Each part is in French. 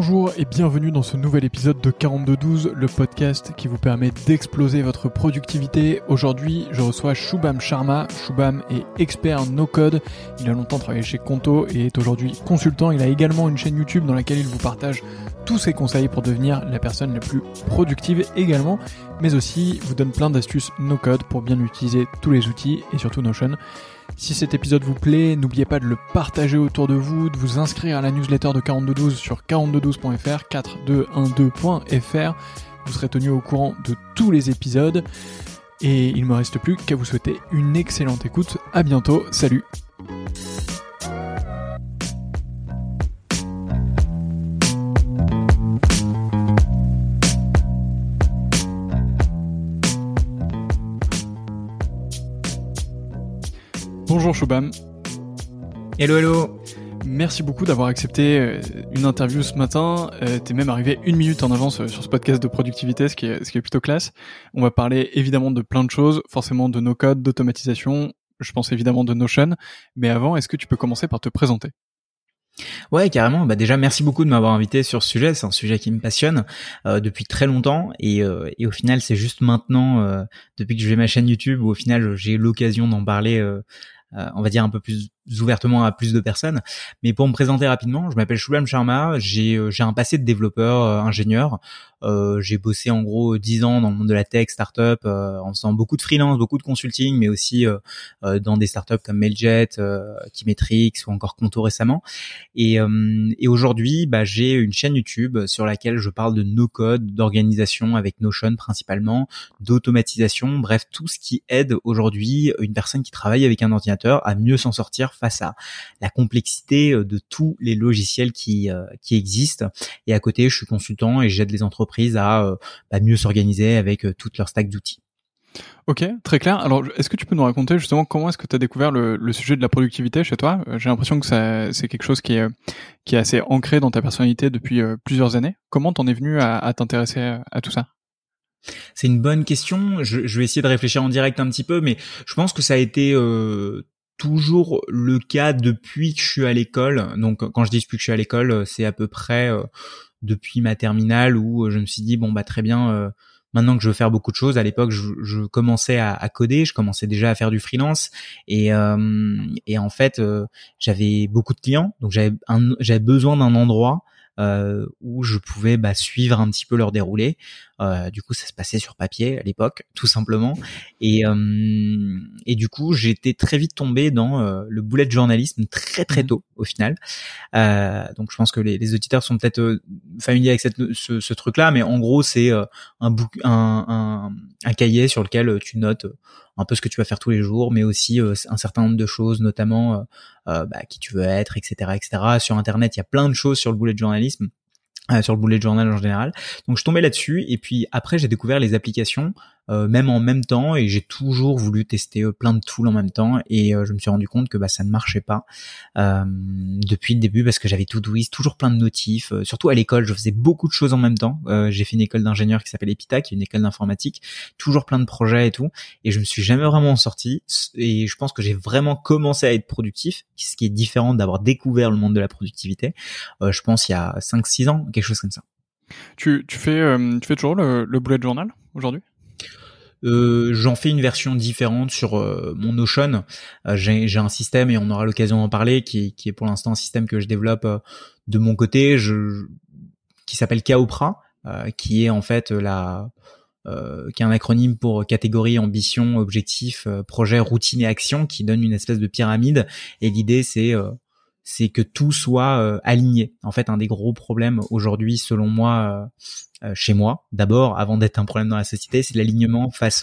Bonjour et bienvenue dans ce nouvel épisode de 4212, le podcast qui vous permet d'exploser votre productivité. Aujourd'hui, je reçois Shubham Sharma. Shubham est expert no-code. Il a longtemps travaillé chez Conto et est aujourd'hui consultant. Il a également une chaîne YouTube dans laquelle il vous partage tous ses conseils pour devenir la personne la plus productive également, mais aussi vous donne plein d'astuces no-code pour bien utiliser tous les outils et surtout Notion. Si cet épisode vous plaît, n'oubliez pas de le partager autour de vous, de vous inscrire à la newsletter de 4212 sur 4212.fr, 4212.fr. Vous serez tenu au courant de tous les épisodes. Et il ne me reste plus qu'à vous souhaiter une excellente écoute. À bientôt, salut! Bonjour Shubham. Hello. Merci beaucoup d'avoir accepté une interview ce matin. T'es même arrivé 1 minute en avance sur ce podcast de productivité, ce qui est plutôt classe. On va parler évidemment de plein de choses, forcément de no-code, d'automatisation, je pense évidemment de Notion. Mais avant, est-ce que tu peux commencer par te présenter ? Ouais, carrément. Déjà, merci beaucoup de m'avoir invité sur ce sujet. C'est un sujet qui me passionne depuis très longtemps et au final, c'est juste maintenant, depuis que j'ai ma chaîne YouTube, où au final, j'ai eu l'occasion d'en parler. On va dire un peu plus ouvertement à plus de personnes. Mais pour me présenter rapidement, je m'appelle Shubham Sharma, j'ai un passé de développeur, ingénieur. J'ai bossé en gros 10 ans dans le monde de la tech, startup, en faisant beaucoup de freelance, beaucoup de consulting, mais aussi dans des startups comme Mailjet, Keymetrix ou encore Conto récemment. Et aujourd'hui, j'ai une chaîne YouTube sur laquelle je parle de no-code, d'organisation avec Notion principalement, d'automatisation, bref, tout ce qui aide aujourd'hui une personne qui travaille avec un ordinateur à mieux s'en sortir face à la complexité de tous les logiciels qui existent. Et à côté, je suis consultant et j'aide les entreprises à mieux s'organiser avec toute leur stack d'outils. Ok, très clair. Alors, est-ce que tu peux nous raconter justement comment est-ce que tu as découvert le sujet de la productivité chez toi ? J'ai l'impression que c'est quelque chose qui est assez ancré dans ta personnalité depuis plusieurs années. Comment t'en es venu à t'intéresser à tout ça ? C'est une bonne question. Je vais essayer de réfléchir en direct un petit peu, mais je pense que ça a été toujours le cas depuis que je suis à l'école. Donc, quand je dis depuis que je suis à l'école, c'est à peu près depuis ma terminale où je me suis dit très bien. Maintenant que je veux faire beaucoup de choses, à l'époque, je commençais à coder, je commençais déjà à faire du freelance et en fait, j'avais beaucoup de clients, donc j'avais besoin d'un endroit où je pouvais suivre un petit peu leur déroulé. Du coup, ça se passait sur papier à l'époque, tout simplement. Et du coup, j'étais très vite tombé dans le bullet journalisme très très tôt au final. Donc, je pense que les auditeurs sont peut-être familiers avec ce truc-là, mais en gros, c'est un cahier sur lequel tu notes un peu ce que tu vas faire tous les jours, mais aussi un certain nombre de choses, notamment qui tu veux être, etc., etc. Sur Internet, il y a plein de choses sur le bullet journalisme. Sur le bullet journal en général. Donc je tombais là-dessus et puis après j'ai découvert les applications même en même temps et j'ai toujours voulu tester plein de tools en même temps et je me suis rendu compte que ça ne marchait pas depuis le début parce que j'avais Todoist, toujours plein de notifs, surtout à l'école je faisais beaucoup de choses en même temps. J'ai fait une école d'ingénieur qui s'appelle EPITA, qui est une école d'informatique, toujours plein de projets et tout et je me suis jamais vraiment sorti et je pense que j'ai vraiment commencé à être productif, ce qui est différent d'avoir découvert le monde de la productivité je pense il y a 5-6 ans, quelque chose comme ça. Tu fais toujours le bullet journal aujourd'hui ? J'en fais une version différente sur mon Notion. J'ai un système et on aura l'occasion d'en parler qui est pour l'instant un système que je développe de mon côté, qui s'appelle Kaopra, qui est en fait qui est un acronyme pour catégorie, ambition, objectif, projet, routine et action, qui donne une espèce de pyramide. Et l'idée c'est que tout soit aligné. En fait, un des gros problèmes aujourd'hui, selon moi, chez moi, d'abord, avant d'être un problème dans la société, c'est l'alignement face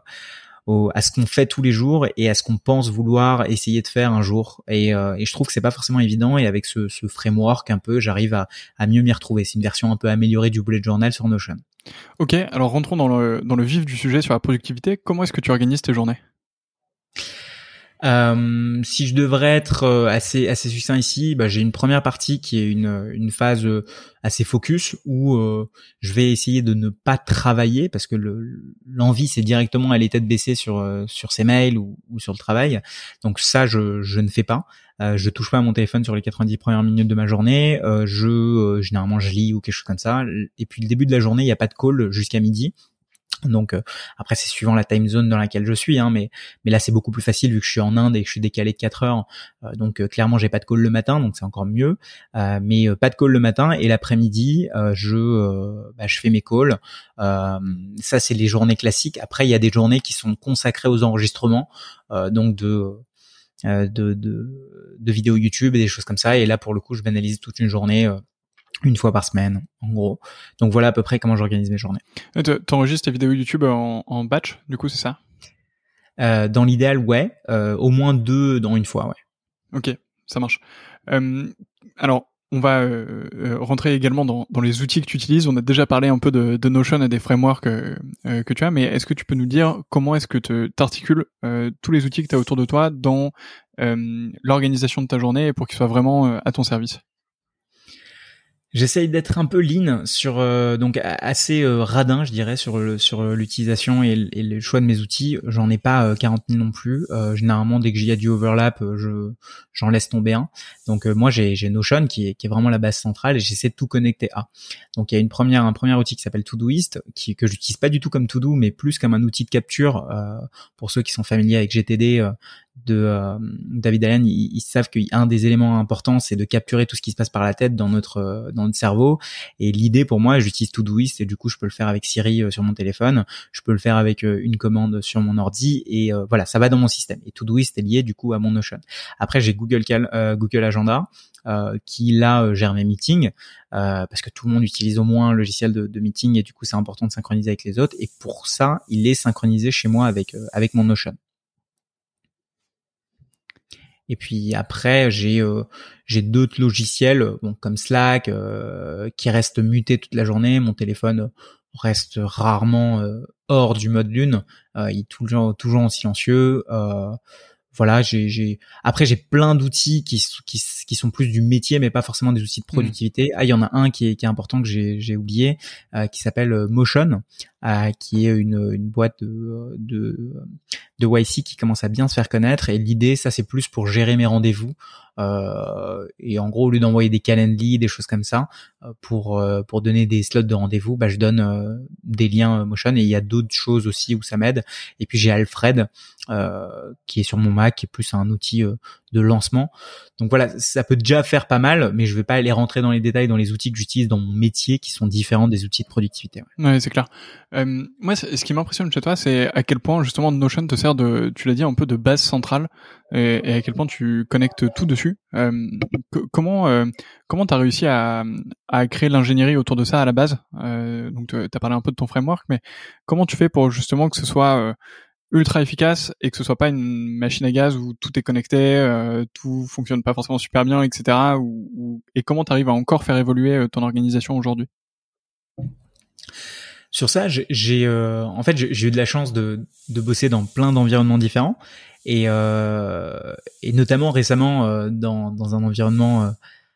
à ce qu'on fait tous les jours et à ce qu'on pense vouloir essayer de faire un jour. Et je trouve que c'est pas forcément évident. Et avec ce framework un peu, j'arrive à mieux m'y retrouver. C'est une version un peu améliorée du bullet journal sur Notion. Ok, alors rentrons dans le vif du sujet sur la productivité. Comment est-ce que tu organises tes journées ? Si je devrais être assez succinct ici, j'ai une première partie qui est une phase assez focus où je vais essayer de ne pas travailler parce que l'envie c'est directement aller tête baissée sur ses mails ou sur le travail. Donc ça je ne fais pas. Je touche pas à mon téléphone sur les 90 premières minutes de ma journée. Généralement je lis ou quelque chose comme ça. Et puis le début de la journée, il y a pas de call jusqu'à midi. Donc après c'est suivant la time zone dans laquelle je suis, mais là c'est beaucoup plus facile vu que je suis en Inde et que je suis décalé de 4 heures. Donc clairement j'ai pas de call le matin, donc c'est encore mieux. Mais pas de call le matin et l'après-midi je fais mes calls. Ça c'est les journées classiques. Après il y a des journées qui sont consacrées aux enregistrements, donc de vidéos YouTube et des choses comme ça. Et là pour le coup je m'analyse toute une journée. Une fois par semaine, en gros. Donc voilà à peu près comment j'organise mes journées. T'enregistres tes vidéos YouTube en batch, du coup, c'est ça? Dans l'idéal, ouais. Au moins 2 dans une fois, ouais. Ok, ça marche. Alors, on va rentrer également dans les outils que tu utilises. On a déjà parlé un peu de Notion et des frameworks que tu as, mais est-ce que tu peux nous dire comment est-ce que t'articules tous les outils que tu as autour de toi dans l'organisation de ta journée pour qu'ils soient vraiment à ton service? J'essaye d'être un peu lean sur donc assez radin, je dirais, sur l'utilisation et le choix de mes outils. J'en ai pas 40 000 non plus. Généralement, dès que j'y a du overlap, j'en laisse tomber un. Donc moi, j'ai Notion qui est vraiment la base centrale et j'essaie de tout connecter à. Donc il y a un premier outil qui s'appelle Todoist que j'utilise pas du tout comme To-Do, mais plus comme un outil de capture. Pour ceux qui sont familiers avec GTD de David Allen, ils savent qu'un des éléments importants c'est de capturer tout ce qui se passe par la tête dans notre cerveau. Et l'idée pour moi, j'utilise Todoist et du coup je peux le faire avec Siri sur mon téléphone, je peux le faire avec une commande sur mon ordi et voilà, ça va dans mon système. Et Todoist est lié du coup à mon Notion. Après j'ai Google Agenda qui là gère mes meetings parce que tout le monde utilise au moins un logiciel de meeting et du coup c'est important de synchroniser avec les autres. Et pour ça, il est synchronisé chez moi avec mon Notion. Et puis après, j'ai d'autres logiciels, comme Slack, qui restent mutés toute la journée. Mon téléphone reste rarement hors du mode lune. Il est toujours en silencieux. Voilà, après j'ai plein d'outils qui sont plus du métier, mais pas forcément des outils de productivité. Il y en a un qui est important que j'ai oublié, qui s'appelle Motion, qui est une boîte de YC qui commence à bien se faire connaître. Et l'idée, ça c'est plus pour gérer mes rendez-vous. Et en gros, au lieu d'envoyer des calendly, des choses comme ça, pour donner des slots de rendez-vous, je donne des liens Motion. Et il y a d'autres choses aussi où ça m'aide. Et puis j'ai Alfred qui est sur mon Mac, qui est plus un outil de lancement. Donc voilà, ça peut déjà faire pas mal, mais je vais pas aller rentrer dans les détails dans les outils que j'utilise dans mon métier qui sont différents des outils de productivité. Ouais, c'est clair. Moi, ce qui m'impressionne chez toi, c'est à quel point justement Notion te sert tu l'as dit, un peu de base centrale et à quel point tu connectes tout dessus. Comment t'as réussi à créer l'ingénierie autour de ça à la base? Donc t'as parlé un peu de ton framework, mais comment tu fais pour justement que ce soit ultra efficace et que ce soit pas une machine à gaz où tout est connecté, tout fonctionne pas forcément super bien, etc. Et comment t'arrives à encore faire évoluer ton organisation aujourd'hui? Sur ça, j'ai eu de la chance de bosser dans plein d'environnements différents et notamment récemment dans un environnement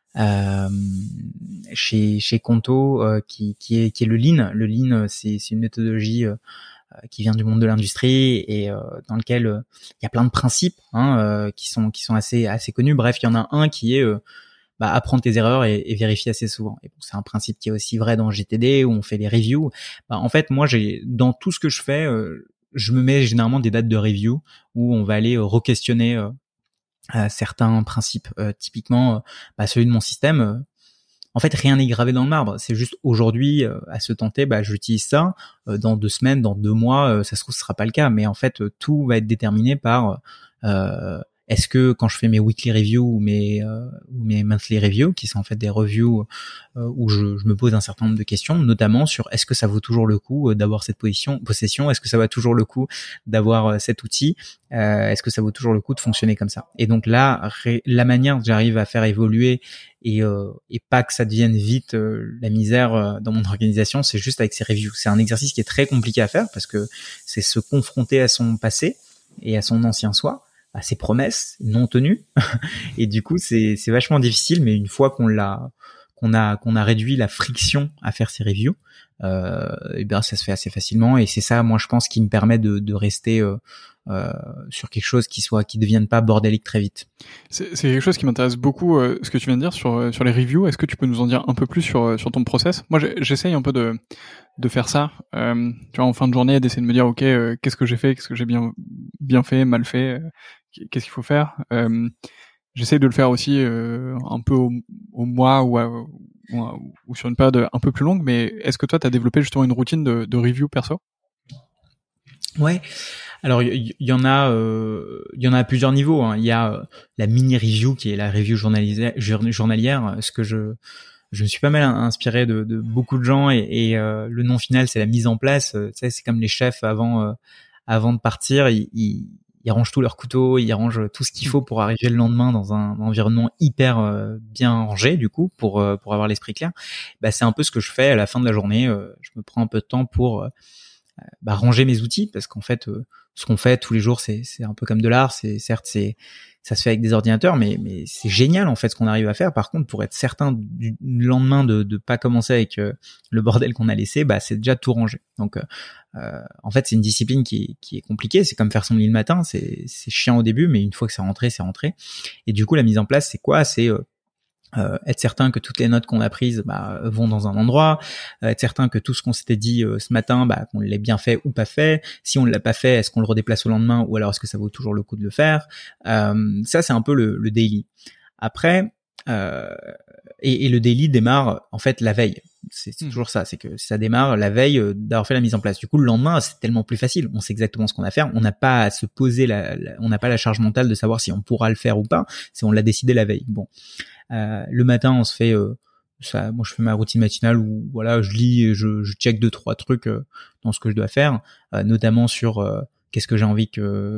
chez Conto qui est le Lean. Le Lean, c'est une méthodologie qui vient du monde de l'industrie et dans lequel il y a plein de principes qui sont assez connus. Bref, il y en a un qui est apprendre tes erreurs et vérifier assez souvent. Et bon, c'est un principe qui est aussi vrai dans GTD où on fait les reviews. En fait, moi, dans tout ce que je fais, je me mets généralement des dates de review où on va aller re-questionner certains principes. Typiquement, celui de mon système. En fait, rien n'est gravé dans le marbre. C'est juste aujourd'hui, à se tenter, j'utilise ça. Dans 2 semaines, dans 2 mois, ça se trouve, ce sera pas le cas. Mais en fait, tout va être déterminé par est-ce que quand je fais mes weekly reviews ou mes monthly reviews, qui sont en fait des reviews où je me pose un certain nombre de questions, notamment sur est-ce que ça vaut toujours le coup d'avoir cette possession, est-ce que ça vaut toujours le coup d'avoir cet outil, est-ce que ça vaut toujours le coup de fonctionner comme ça. Et donc là, la manière que j'arrive à faire évoluer et pas que ça devienne vite la misère dans mon organisation, c'est juste avec ces reviews. C'est un exercice qui est très compliqué à faire parce que c'est se confronter à son passé et à son ancien soi. ces promesses non tenues. Et du coup, c'est vachement difficile, mais une fois qu'on a réduit la friction à faire ces reviews, et bien ça se fait assez facilement. Et c'est ça, moi, je pense, qui me permet de rester sur quelque chose qui devienne pas bordélique très vite. C'est quelque chose qui m'intéresse beaucoup, ce que tu viens de dire sur les reviews. Est-ce que tu peux nous en dire un peu plus sur ton process? Moi, j'essaye un peu de faire ça. Tu vois, en fin de journée, d'essayer de me dire, ok, qu'est-ce que j'ai fait, qu'est-ce que j'ai bien fait, mal fait, qu'est-ce qu'il faut faire. J'essaye de le faire aussi un peu au mois ou sur une période un peu plus longue. Mais est-ce que toi, tu as développé justement une routine de review perso? Ouais. Alors il y en a à plusieurs niveaux, hein. Il y a la mini review qui est la review journalière, ce que je me suis pas mal inspiré de beaucoup de gens et le nom final c'est la mise en place. Tu sais, c'est comme les chefs avant de partir, ils rangent tous leurs couteaux, ils rangent tout ce qu'il faut pour arriver le lendemain dans un environnement hyper bien rangé du coup pour avoir l'esprit clair. Bah c'est un peu ce que je fais à la fin de la journée. Je me prends un peu de temps pour ranger mes outils, parce qu'en fait ce qu'on fait tous les jours c'est un peu comme de l'art. Ça se fait avec des ordinateurs, mais c'est génial en fait ce qu'on arrive à faire. Par contre, pour être certain du lendemain de pas commencer avec le bordel qu'on a laissé, bah c'est déjà tout ranger. Donc en fait c'est une discipline qui est compliquée. C'est comme faire son lit le matin, c'est chiant au début, mais une fois que c'est rentré. Et du coup la mise en place c'est quoi? C'est être certain que toutes les notes qu'on a prises vont dans un endroit, être certain que tout ce qu'on s'était dit ce matin, qu'on l'ait bien fait ou pas fait. Si on ne l'a pas fait, est-ce qu'on le redéplace au lendemain, ou alors est-ce que ça vaut toujours le coup de le faire? Ça c'est un peu le daily. Après et le daily démarre en fait la veille. C'est toujours ça, c'est que ça démarre la veille d'avoir fait la mise en place. Du coup, le lendemain, c'est tellement plus facile. On sait exactement ce qu'on a à faire. On n'a pas à se poser on n'a pas la charge mentale de savoir si on pourra le faire ou pas. Si on l'a décidé la veille. Bon. Le matin, on se fait ça. Moi, je fais ma routine matinale où voilà, je lis et je check 2-3 trucs dans ce que je dois faire, notamment sur qu'est-ce que j'ai envie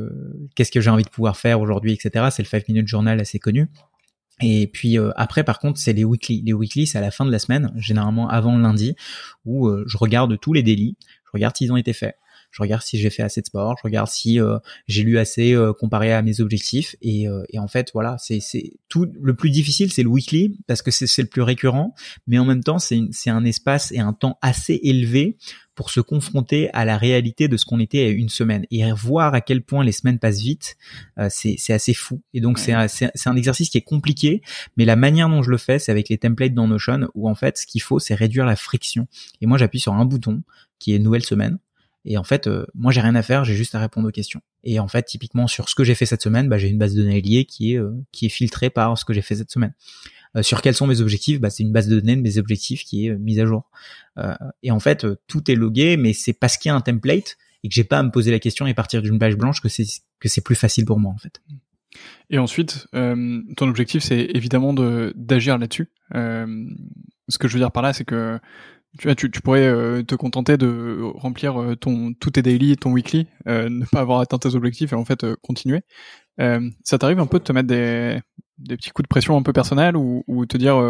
de pouvoir faire aujourd'hui, etc. C'est le 5 minute journal assez connu. Et puis après, par contre, c'est les weekly. Les weekly, c'est à la fin de la semaine, généralement avant lundi, où je regarde tous les daily, je regarde s'ils ont été faits. Je regarde si j'ai fait assez de sport, je regarde si j'ai lu assez comparé à mes objectifs, et en fait voilà, c'est tout. Le plus difficile c'est le weekly parce que c'est le plus récurrent, mais en même temps c'est un espace et un temps assez élevé pour se confronter à la réalité de ce qu'on était à une semaine et voir à quel point les semaines passent vite. C'est assez fou, et donc c'est un exercice qui est compliqué, mais la manière dont je le fais c'est avec les templates dans Notion, où en fait ce qu'il faut c'est réduire la friction, et moi j'appuie sur un bouton qui est nouvelle semaine. Et en fait, moi j'ai rien à faire, j'ai juste à répondre aux questions. Et en fait, typiquement sur ce que j'ai fait cette semaine, j'ai une base de données liée qui est filtrée par ce que j'ai fait cette semaine. Sur quels sont mes objectifs, c'est une base de données de mes objectifs qui est mise à jour. Et en fait, tout est logué, mais c'est parce qu'il y a un template et que j'ai pas à me poser la question et partir d'une page blanche que c'est plus facile pour moi en fait. Et ensuite, ton objectif c'est évidemment d'agir là-dessus. Ce que je veux dire par là, c'est que tu pourrais te contenter de remplir tous tes daily et ton weekly, ne pas avoir atteint tes objectifs et en fait continuer. Ça t'arrive un peu de te mettre des petits coups de pression un peu personnels, ou te dire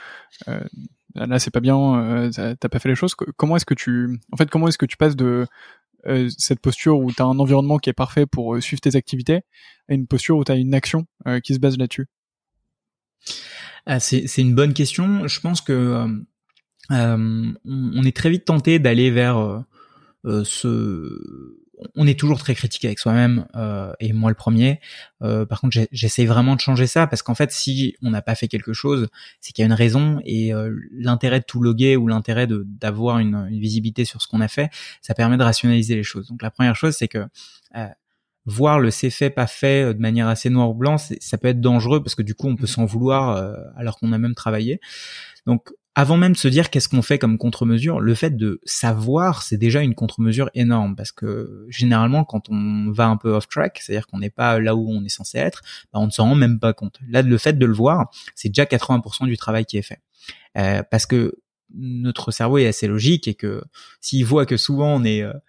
là c'est pas bien, t'as pas fait les choses. Comment est-ce que tu passes de cette posture où t'as un environnement qui est parfait pour suivre tes activités à une posture où t'as une action qui se base là-dessus? C'est une bonne question. Je pense que on est très vite tenté d'aller vers on est toujours très critique avec soi-même, et moi le premier. Par contre, j'essaie vraiment de changer ça, parce qu'en fait, si on n'a pas fait quelque chose, c'est qu'il y a une raison, et l'intérêt de tout loguer, ou l'intérêt d'avoir une visibilité sur ce qu'on a fait, ça permet de rationaliser les choses. Donc la première chose, c'est que voir le c'est fait pas fait de manière assez noir ou blanc, ça peut être dangereux, parce que du coup on peut s'en vouloir alors qu'on a même travaillé. Donc avant même de se dire qu'est-ce qu'on fait comme contre-mesure, le fait de savoir, c'est déjà une contre-mesure énorme, parce que généralement quand on va un peu off track, c'est-à-dire qu'on n'est pas là où on est censé être, on ne s'en rend même pas compte. Là, le fait de le voir, c'est déjà 80% du travail qui est fait. Parce que notre cerveau est assez logique, et que s'il voit que souvent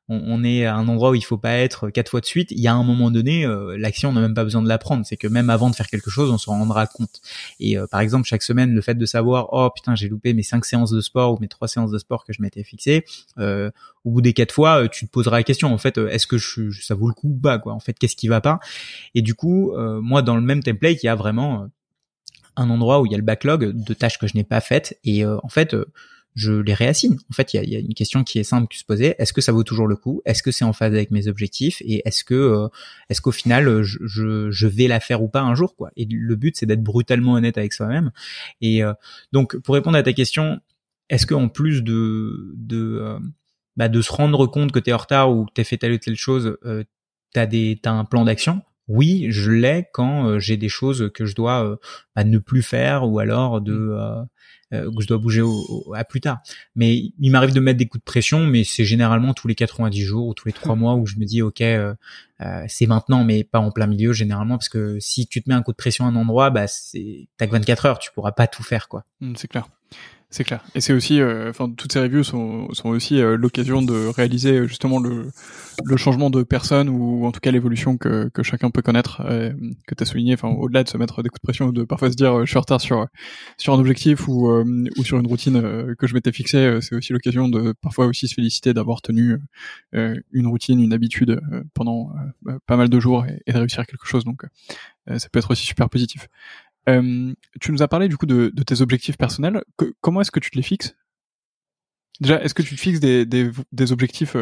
on est à un endroit où il faut pas être 4 fois de suite, il y a un moment donné, l'action, on n'a même pas besoin de la prendre. C'est que même avant de faire quelque chose, on s'en rendra compte. Et par exemple, chaque semaine, le fait de savoir, oh putain, j'ai loupé mes 5 séances de sport ou mes 3 séances de sport que je m'étais fixé, au bout des 4 fois, tu te poseras la question, en fait, est-ce que ça vaut le coup ou pas, quoi. En fait, qu'est-ce qui va pas? Et du coup, moi, dans le même template, il y a vraiment un endroit où il y a le backlog de tâches que je n'ai pas faites, et en fait, je les réassigne. En fait, il y a une question qui est simple qui se posait: est-ce que ça vaut toujours le coup? Est-ce que c'est en phase avec mes objectifs? Et est-ce qu'au final, je vais la faire ou pas un jour, quoi. Et le but, c'est d'être brutalement honnête avec soi-même. Et donc, pour répondre à ta question, est-ce que en plus de se rendre compte que t'es en retard ou que t'as fait telle ou telle chose, t'as un plan d'action? Oui, je l'ai quand j'ai des choses que je dois ne plus faire, ou alors que je dois bouger à plus tard. Mais il m'arrive de mettre des coups de pression, mais c'est généralement tous les 90 jours ou tous les 3 mois où je me dis ok, c'est maintenant, mais pas en plein milieu généralement, parce que si tu te mets un coup de pression à un endroit, t'as que 24 heures, tu pourras pas tout faire, quoi. C'est clair. C'est clair. Et c'est aussi, toutes ces reviews sont aussi l'occasion de réaliser justement le changement de personne, ou en tout cas l'évolution que chacun peut connaître, que tu as souligné. Enfin, au-delà de se mettre des coups de pression ou de parfois se dire je suis en retard sur un objectif ou sur une routine que je m'étais fixée, c'est aussi l'occasion de parfois aussi se féliciter d'avoir tenu une routine, une habitude pendant pas mal de jours, et de réussir quelque chose. Donc ça peut être aussi super positif. Tu nous as parlé du coup de tes objectifs personnels. Comment est-ce que tu te les fixes? Déjà, est-ce que tu te fixes des objectifs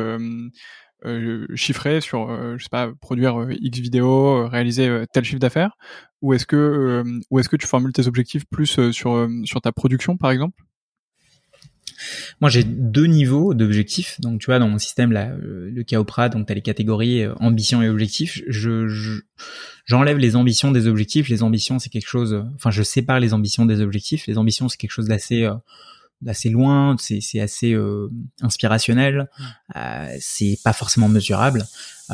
chiffrés sur, je sais pas, produire X vidéos, réaliser tel chiffre d'affaires, ou est-ce que tu formules tes objectifs plus sur ta production, par exemple? Moi, j'ai 2 niveaux d'objectifs. Donc, tu vois, dans mon système, là, le Kaopra, donc t'as les catégories ambition et objectif. J'enlève les ambitions des objectifs. Les ambitions, c'est quelque chose, je sépare les ambitions des objectifs. Les ambitions, c'est quelque chose d'assez loin, c'est assez inspirationnel, c'est pas forcément mesurable.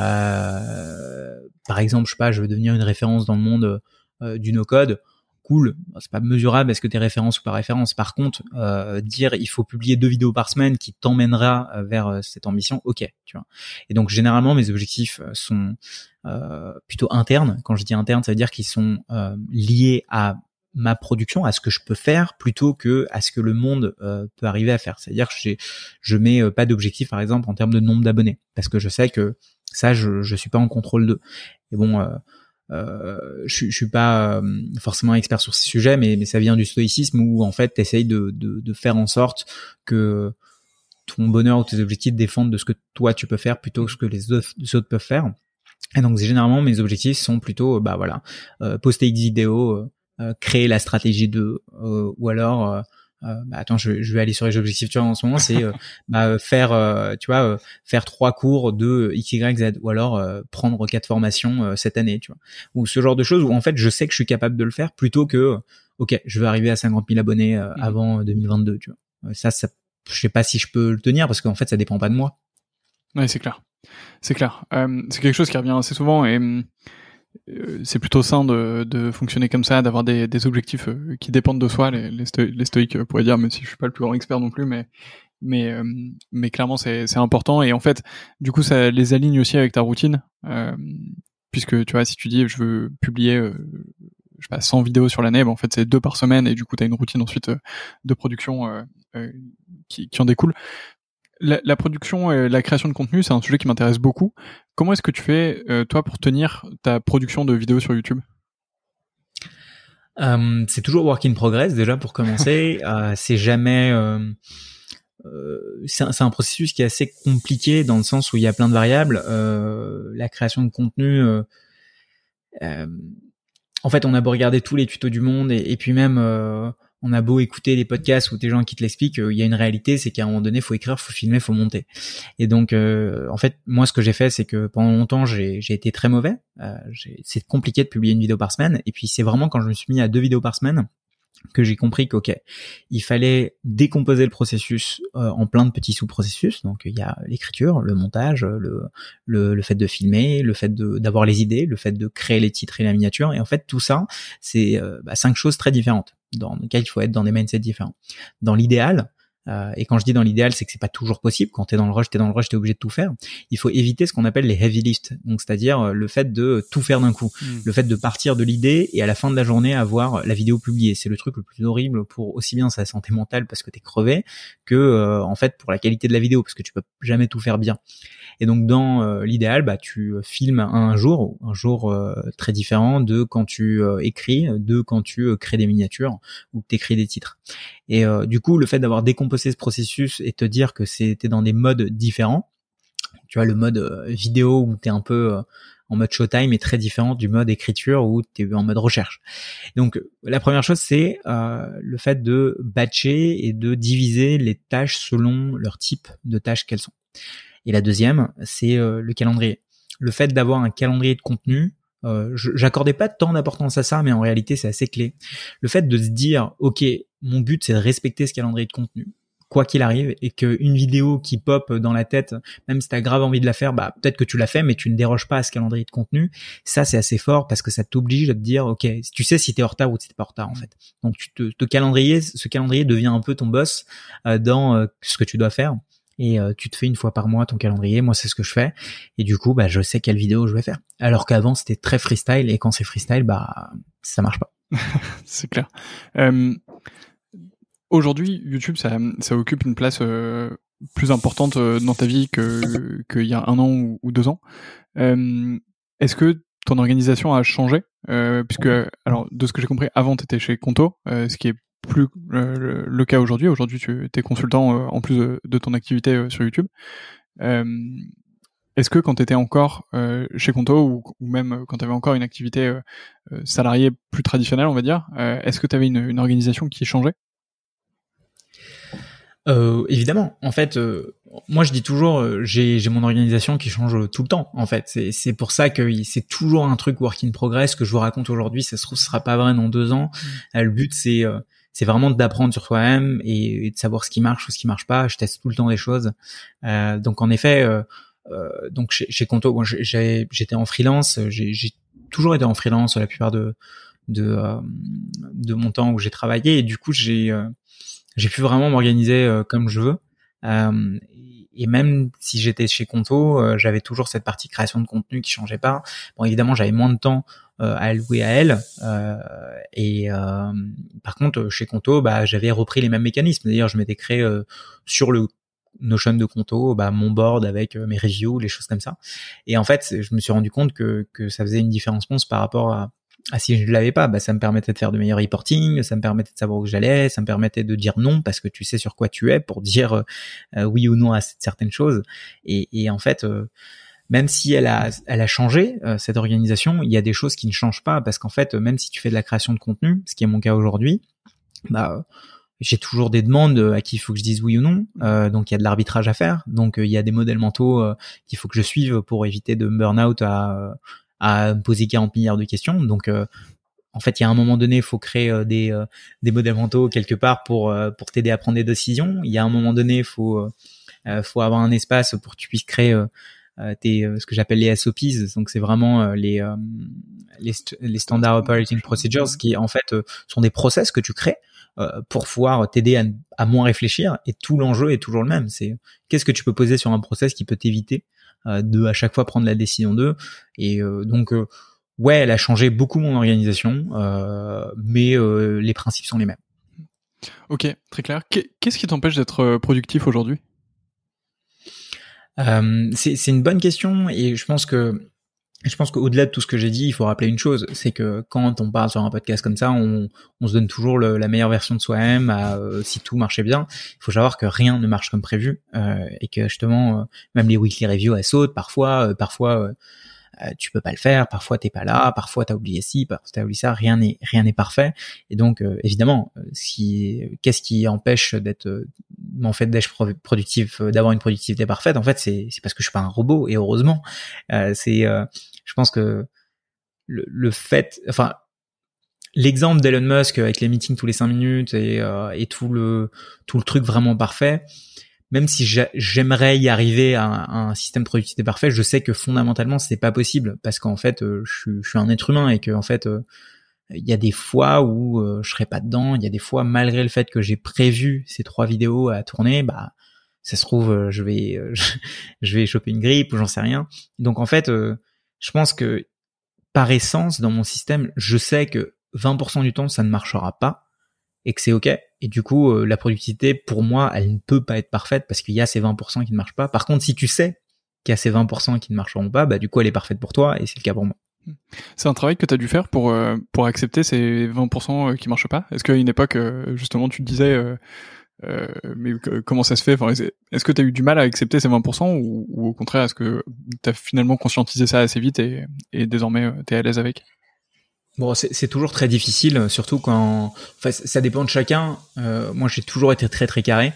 Par exemple, je sais pas, je veux devenir une référence dans le monde du no-code. Cool, c'est pas mesurable, est-ce que t'es référence ou pas référence. Par contre, dire il faut publier 2 vidéos par semaine qui t'emmènera vers cette ambition, ok, tu vois. Et donc généralement mes objectifs sont plutôt internes. Quand je dis internes, ça veut dire qu'ils sont liés à ma production, à ce que je peux faire, plutôt que à ce que le monde peut arriver à faire. C'est-à-dire que je mets pas d'objectif, par exemple, en termes de nombre d'abonnés, parce que je sais que ça, je suis pas en contrôle d'eux. Et bon, je suis pas forcément expert sur ces sujets, mais ça vient du stoïcisme, où en fait t'essayes de faire en sorte que ton bonheur ou tes objectifs dépendent de ce que toi tu peux faire plutôt que ce que les autres peuvent faire. Et donc généralement mes objectifs sont plutôt poster X vidéos, créer la stratégie de ou alors attends, je vais aller sur les objectifs, tu vois, en ce moment c'est faire 3 cours de X, Y, Z, ou alors prendre 4 formations cette année, tu vois, ou ce genre de choses où en fait je sais que je suis capable de le faire, plutôt que ok, je veux arriver à 50 000 abonnés avant 2022, tu vois. Ça je sais pas si je peux le tenir, parce qu'en fait ça dépend pas de moi. Ouais, c'est clair. C'est clair. C'est quelque chose qui revient assez souvent, et c'est plutôt sain de fonctionner comme ça, d'avoir des objectifs qui dépendent de soi. Les stoïques pourraient dire, même si je suis pas le plus grand expert non plus, mais clairement c'est important. Et en fait, du coup, ça les aligne aussi avec ta routine, puisque tu vois, si tu dis je veux publier je sais pas, 100 vidéos sur l'année, en fait c'est 2 par semaine, et du coup t'as une routine ensuite de production qui en découle. La production et la création de contenu, c'est un sujet qui m'intéresse beaucoup. Comment est-ce que tu fais, toi, pour tenir ta production de vidéos sur YouTube? C'est toujours work in progress, déjà, pour commencer. C'est jamais... c'est un processus qui est assez compliqué, dans le sens où il y a plein de variables. La création de contenu... en fait, on a beau regarder tous les tutos du monde, et puis même... on a beau écouter des podcasts ou des gens qui te l'expliquent, il y a une réalité, c'est qu'à un moment donné, faut écrire, faut filmer, faut monter. Et donc, en fait, moi, ce que j'ai fait, c'est que pendant longtemps, j'ai été très mauvais. C'est compliqué de publier une vidéo par semaine. Et puis, c'est vraiment quand je me suis mis à 2 vidéos par semaine que j'ai compris qu'ok, il fallait décomposer le processus en plein de petits sous-processus. Donc il y a l'écriture, le montage, le fait de filmer, le fait d'avoir les idées, le fait de créer les titres et la miniature. Et en fait tout ça, c'est 5 choses très différentes dans lesquelles il faut être dans des mindsets différents. Dans l'idéal, Et quand je dis dans l'idéal, c'est que c'est pas toujours possible. Quand t'es dans le rush, t'es obligé de tout faire. Il faut éviter ce qu'on appelle les heavy lifts. Donc, c'est-à-dire le fait de tout faire d'un coup. Le fait de partir de l'idée et à la fin de la journée avoir la vidéo publiée. C'est le truc le plus horrible pour aussi bien sa santé mentale parce que t'es crevé que, en fait, pour la qualité de la vidéo parce que tu peux jamais tout faire bien. Et donc, dans l'idéal, tu filmes un jour très différent de quand tu écris, de quand tu crées des miniatures ou que t'écris des titres. Et du coup, le fait d'avoir décomposé ce processus et te dire que t'es dans des modes différents, tu vois, le mode vidéo où t'es un peu en mode showtime est très différent du mode écriture où t'es en mode recherche. Donc, la première chose, c'est le fait de batcher et de diviser les tâches selon leur type de tâches qu'elles sont. Et la deuxième, c'est le calendrier. Le fait d'avoir un calendrier de contenu, j'accordais pas tant d'importance à ça, mais en réalité, c'est assez clé. Le fait de se dire, ok, mon but, c'est de respecter ce calendrier de contenu, quoi qu'il arrive, et qu'une vidéo qui pop dans la tête, même si t'as grave envie de la faire, peut-être que tu l'as fait, mais tu ne déroges pas à ce calendrier de contenu. Ça, c'est assez fort parce que ça t'oblige à te dire, ok, tu sais si t'es en retard ou si t'es pas en retard, en fait. Donc, ce calendrier devient un peu ton boss dans ce que tu dois faire. Et tu te fais une fois par mois ton calendrier. Moi, c'est ce que je fais. Et du coup, je sais quelle vidéo je vais faire. Alors qu'avant, c'était très freestyle. Et quand c'est freestyle, ça marche pas. C'est clair. Aujourd'hui, YouTube, ça occupe une place plus importante dans ta vie qu'il y a 1 an ou 2 ans. Est-ce que ton organisation a changé puisque, alors, de ce que j'ai compris, avant, tu étais chez Conto, ce qui est plus le cas aujourd'hui. Aujourd'hui, tu es consultant en plus de ton activité sur YouTube. Est-ce que quand tu étais encore chez Conto ou même quand tu avais encore une activité salariée plus traditionnelle, on va dire, est-ce que tu avais une organisation qui changeait ? Évidemment. En fait, moi je dis toujours, j'ai mon organisation qui change tout le temps. En fait, c'est pour ça que c'est toujours un truc work in progress que je vous raconte aujourd'hui. Ça se trouve, ce sera pas vrai dans 2 ans. Le but c'est vraiment d'apprendre sur soi-même et de savoir ce qui marche ou ce qui marche pas. Je teste tout le temps des choses. Donc en effet, donc chez Conto, moi j'étais en freelance. J'ai toujours été en freelance la plupart de mon temps où j'ai travaillé et du coup j'ai pu vraiment m'organiser comme je veux. Et même si j'étais chez Conto, j'avais toujours cette partie création de contenu qui changeait pas. Bon, évidemment, j'avais moins de temps à allouer à elle. Par contre, chez Conto, j'avais repris les mêmes mécanismes. D'ailleurs, je m'étais créé sur le Notion de Conto, mon board avec mes reviews, les choses comme ça. Et en fait, je me suis rendu compte que ça faisait une différence par rapport à si je ne l'avais pas, ça me permettait de faire de meilleurs reporting, ça me permettait de savoir où j'allais, ça me permettait de dire non parce que tu sais sur quoi tu es pour dire oui ou non à certaines choses. Et en fait, même si elle a changé cette organisation, il y a des choses qui ne changent pas parce qu'en fait, même si tu fais de la création de contenu, ce qui est mon cas aujourd'hui, j'ai toujours des demandes à qui il faut que je dise oui ou non. Donc il y a de l'arbitrage à faire. Donc il y a des modèles mentaux qu'il faut que je suive pour éviter de me burn out à me poser 40 milliards de questions. Donc, en fait, il y a un moment donné, il faut créer des modèles mentaux quelque part pour t'aider à prendre des décisions. Il y a un moment donné, il faut avoir un espace pour que tu puisses créer ce que j'appelle les SOPs. Donc, c'est vraiment les Standard Operating Procedures qui, en fait, sont des process que tu crées pour pouvoir t'aider à moins réfléchir. Et tout l'enjeu est toujours le même. C'est qu'est-ce que tu peux poser sur un process qui peut t'éviter de à chaque fois prendre la décision d'eux. Et donc ouais, elle a changé beaucoup mon organisation, mais les principes sont les mêmes. Ok, très clair. Qu'est-ce qui t'empêche d'être productif aujourd'hui ? C'est une bonne question et je pense qu'au-delà de tout ce que j'ai dit, il faut rappeler une chose, c'est que quand on parle sur un podcast comme ça, on se donne toujours la meilleure version de soi-même. Si tout marchait bien, il faut savoir que rien ne marche comme prévu et que justement, même les weekly reviews elles sautent parfois. Tu peux pas le faire, parfois t'es pas là, parfois t'as oublié ci, parfois t'as oublié ça, rien n'est parfait. Et donc évidemment, qu'est-ce qui empêche d'être productif, d'avoir une productivité parfaite? En fait, c'est parce que je suis pas un robot et heureusement. Je pense que le fait, enfin, l'exemple d'Elon Musk avec les meetings tous les 5 minutes et tout le truc vraiment parfait. Même si j'aimerais y arriver à un système de productivité parfait, je sais que fondamentalement c'est pas possible parce qu'en fait je suis un être humain et que en fait il y a des fois où je serai pas dedans. Il y a des fois, malgré le fait que j'ai prévu ces 3 vidéos à tourner, bah ça se trouve je vais choper une grippe ou j'en sais rien. Donc en fait, je pense que par essence, dans mon système, je sais que 20% du temps, ça ne marchera pas et que c'est OK. Et du coup, la productivité, pour moi, elle ne peut pas être parfaite parce qu'il y a ces 20% qui ne marchent pas. Par contre, si tu sais qu'il y a ces 20% qui ne marcheront pas, bah du coup, elle est parfaite pour toi et c'est le cas pour moi. C'est un travail que tu as dû faire pour accepter ces 20% qui marchent pas. Est-ce qu'à une époque, justement, tu te disais mais comment ça se fait? Enfin, est-ce que tu as eu du mal à accepter ces 20% ou au contraire, est-ce que tu as finalement conscientisé ça assez vite et désormais tu es à l'aise avec? Bon, c'est toujours très difficile, surtout quand... Enfin, ça dépend de chacun. Moi, j'ai toujours été très très carré.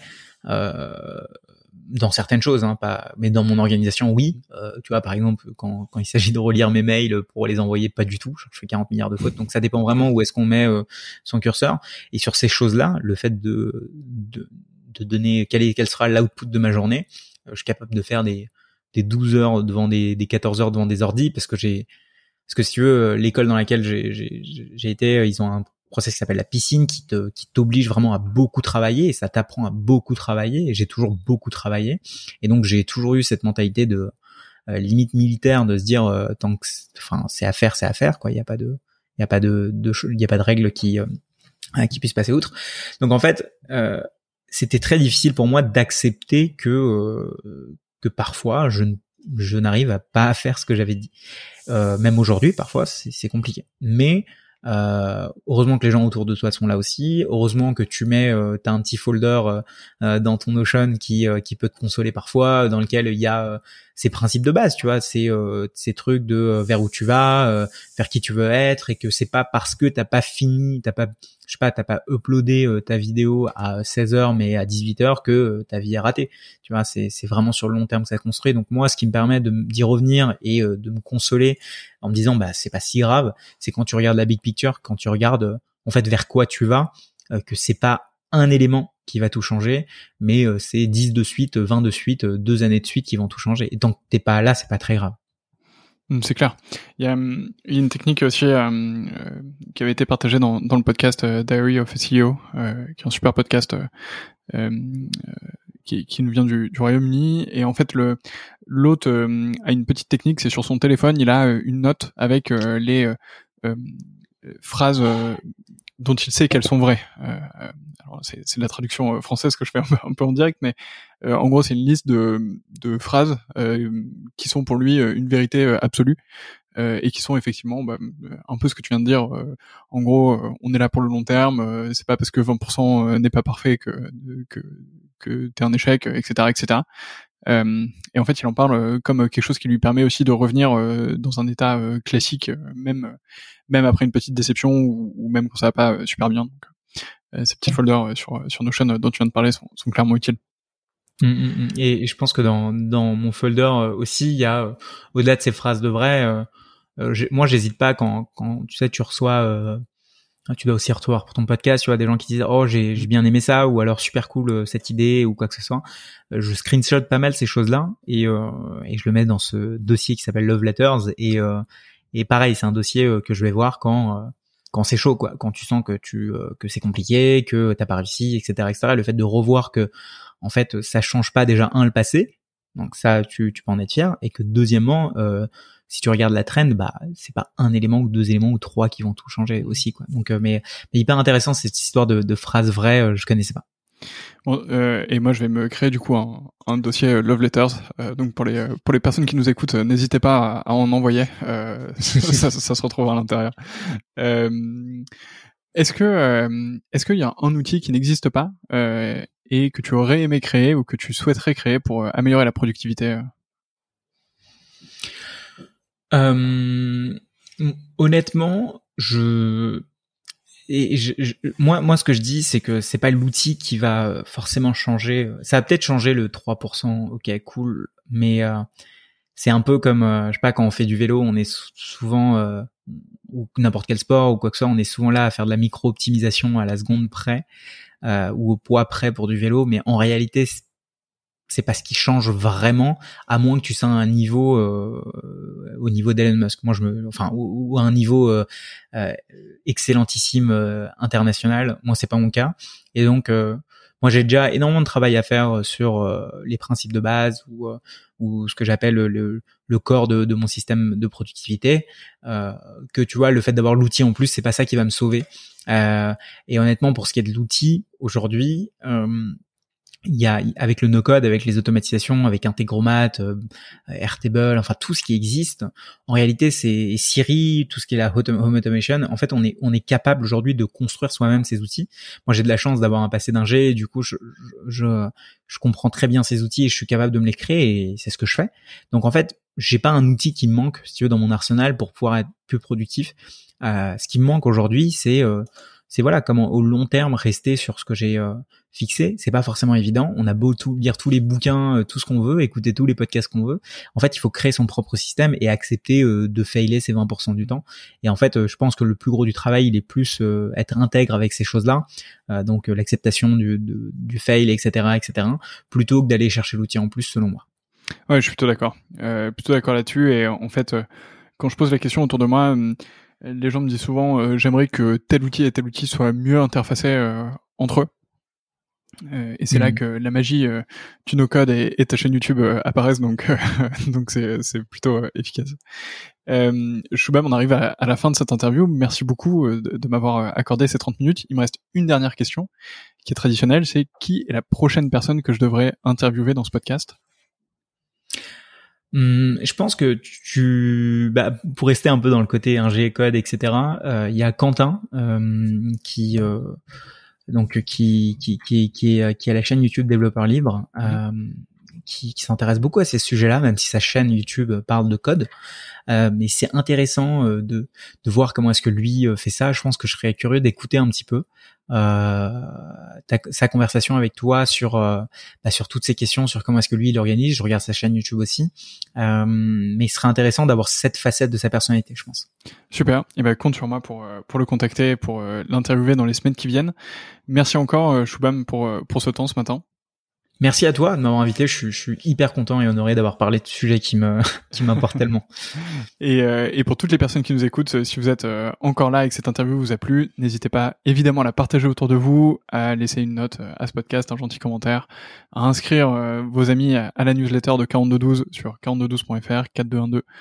Dans certaines choses, hein, pas, mais dans mon organisation, oui. Tu vois, par exemple, quand il s'agit de relire mes mails pour les envoyer, pas du tout. Je fais 40 milliards de fautes, donc ça dépend vraiment où est-ce qu'on met son curseur. Et sur ces choses-là, le fait de donner quel sera l'output de ma journée, je suis capable de faire des 12 heures devant des 14 heures devant des ordis parce que si tu veux, l'école dans laquelle j'ai été, ils ont un process qui s'appelle la piscine qui t'oblige vraiment à beaucoup travailler et ça t'apprend à beaucoup travailler et j'ai toujours beaucoup travaillé et donc j'ai toujours eu cette mentalité de limite militaire de se dire tant que c'est à faire quoi, il y a pas de règle qui puisse passer outre. Donc en fait c'était très difficile pour moi d'accepter que parfois je n'arrive à pas faire ce que j'avais dit. Même aujourd'hui, parfois, c'est compliqué. Mais heureusement que les gens autour de toi sont là aussi. Heureusement que t'as un petit folder dans ton Notion qui peut te consoler parfois, dans lequel il y a ces principes de base, tu vois, ces trucs de vers où tu vas, vers qui tu veux être, et que c'est pas parce que t'as pas uploadé ta vidéo à 16h mais à 18h que ta vie est ratée. Tu vois, c'est vraiment sur le long terme que ça construit. Donc moi, ce qui me permet d'y revenir et de me consoler en me disant bah c'est pas si grave, c'est quand tu regardes la big picture, quand tu regardes en fait vers quoi tu vas, que c'est pas un élément qui va tout changer, mais c'est 10 de suite, 20 de suite, 2 années de suite qui vont tout changer. Et tant que t'es pas là, c'est pas très grave. C'est clair. Il y a une technique aussi qui avait été partagée dans le podcast Diary of a CEO, qui est un super podcast qui nous vient du Royaume-Uni. Et en fait, l'hôte a une petite technique, c'est sur son téléphone, il a une note avec les phrases dont il sait qu'elles sont vraies. Alors c'est de la traduction française que je fais un peu en direct, mais en gros c'est une liste de phrases qui sont pour lui une vérité absolue et qui sont effectivement un peu ce que tu viens de dire. En gros, on est là pour le long terme. C'est pas parce que 20% n'est pas parfait que t'es un échec, etc., etc. Et en fait, il en parle comme quelque chose qui lui permet aussi de revenir dans un état classique, même après une petite déception ou même quand ça va pas super bien. Donc, ces petits folders sur Notion dont tu viens de parler sont clairement utiles. Et je pense que dans mon folder aussi, il y a au-delà de ces phrases de vrai, moi j'hésite pas quand tu sais tu reçois tu dois aussi recevoir pour ton podcast, tu vois, des gens qui disent oh j'ai bien aimé ça ou alors super cool cette idée ou quoi que ce soit. Je screenshot pas mal ces choses-là et je le mets dans ce dossier qui s'appelle Love Letters et pareil, c'est un dossier que je vais voir quand c'est chaud quoi, quand tu sens que c'est compliqué, que t'as pas réussi, etc., etc. Le fait de revoir que en fait ça change pas déjà le passé, donc ça tu peux en être fier, et que deuxièmement si tu regardes la trend, bah c'est pas un élément ou 2 éléments ou 3 qui vont tout changer aussi quoi. Donc mais hyper intéressant cette histoire de phrases vraies, je connaissais pas. Bon, et moi je vais me créer du coup un dossier Love Letters. Donc pour les personnes qui nous écoutent, n'hésitez pas à en envoyer. Ça se retrouvera à l'intérieur. Est-ce qu'il y a un outil qui n'existe pas et que tu aurais aimé créer ou que tu souhaiterais créer pour améliorer la productivité? Honnêtement, moi ce que je dis c'est que c'est pas l'outil qui va forcément changer. Ça va peut-être changer le 3%, ok cool, mais c'est un peu comme je sais pas, quand on fait du vélo, on est souvent ou n'importe quel sport ou quoi que ce soit, on est souvent là à faire de la micro-optimisation à la seconde près ou au poids près pour du vélo, mais en réalité c'est pas ce qui change vraiment, à moins que tu sois à un niveau au niveau d'Elon Musk. Moi, ou à un niveau excellentissime international. Moi, c'est pas mon cas. Et donc, moi, j'ai déjà énormément de travail à faire sur les principes de base ou ce que j'appelle le corps de mon système de productivité. Que tu vois, le fait d'avoir l'outil en plus, c'est pas ça qui va me sauver. Et honnêtement, pour ce qui est de l'outil aujourd'hui, il y a, avec le no-code, avec les automatisations, avec Integromat, Airtable, enfin tout ce qui existe, en réalité c'est Siri, tout ce qui est la home automation. En fait, on est capable aujourd'hui de construire soi-même ces outils. Moi, j'ai de la chance d'avoir un passé d'ingé, et du coup, je comprends très bien ces outils et je suis capable de me les créer, et c'est ce que je fais. Donc en fait, j'ai pas un outil qui me manque, si tu veux, dans mon arsenal pour pouvoir être plus productif. Ce qui me manque aujourd'hui, c'est voilà comment au long terme rester sur ce que j'ai fixé. C'est pas forcément évident. On a beau lire tous les bouquins, tout ce qu'on veut, écouter tous les podcasts qu'on veut. En fait, il faut créer son propre système et accepter de failer ces 20% du temps. Et en fait, je pense que le plus gros du travail, il est plus être intègre avec ces choses-là. Donc l'acceptation du fail, etc., plutôt que d'aller chercher l'outil en plus, selon moi. Ouais, je suis plutôt d'accord. Plutôt d'accord là-dessus. Et en fait, quand je pose la question autour de moi, les gens me disent souvent j'aimerais que tel outil et tel outil soient mieux interfacés entre eux. Et c'est là que la magie du no-code et ta chaîne YouTube apparaissent, donc c'est plutôt efficace. Shubham, on arrive à la fin de cette interview. Merci beaucoup de m'avoir accordé ces 30 minutes. Il me reste une dernière question qui est traditionnelle, c'est qui est la prochaine personne que je devrais interviewer dans ce podcast ? Je pense que pour rester un peu dans le côté ingé, code, etc., il y a Quentin qui est à la chaîne YouTube Développeur Libre, qui s'intéresse beaucoup à ces sujets-là, même si sa chaîne YouTube parle de code. Mais c'est intéressant de voir comment est-ce que lui fait ça. Je pense que je serais curieux d'écouter un petit peu sa conversation avec toi sur toutes ces questions, sur comment est-ce que lui il organise. Je regarde sa chaîne YouTube aussi, mais ce serait intéressant d'avoir cette facette de sa personnalité, je pense. Super. Et ben compte sur moi pour le contacter, pour l'interviewer dans les semaines qui viennent. Merci encore Shubham pour ce temps ce matin. Merci à toi de m'avoir invité. Je suis hyper content et honoré d'avoir parlé de sujets qui m'importent tellement. Et pour toutes les personnes qui nous écoutent, si vous êtes encore là et que cette interview vous a plu, n'hésitez pas évidemment à la partager autour de vous, à laisser une note à ce podcast, un gentil commentaire, à inscrire vos amis à la newsletter de 4212 sur 4212.fr,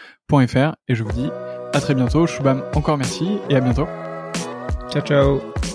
4212.fr, et je vous dis à très bientôt. Shubham, encore merci et à bientôt. Ciao ciao.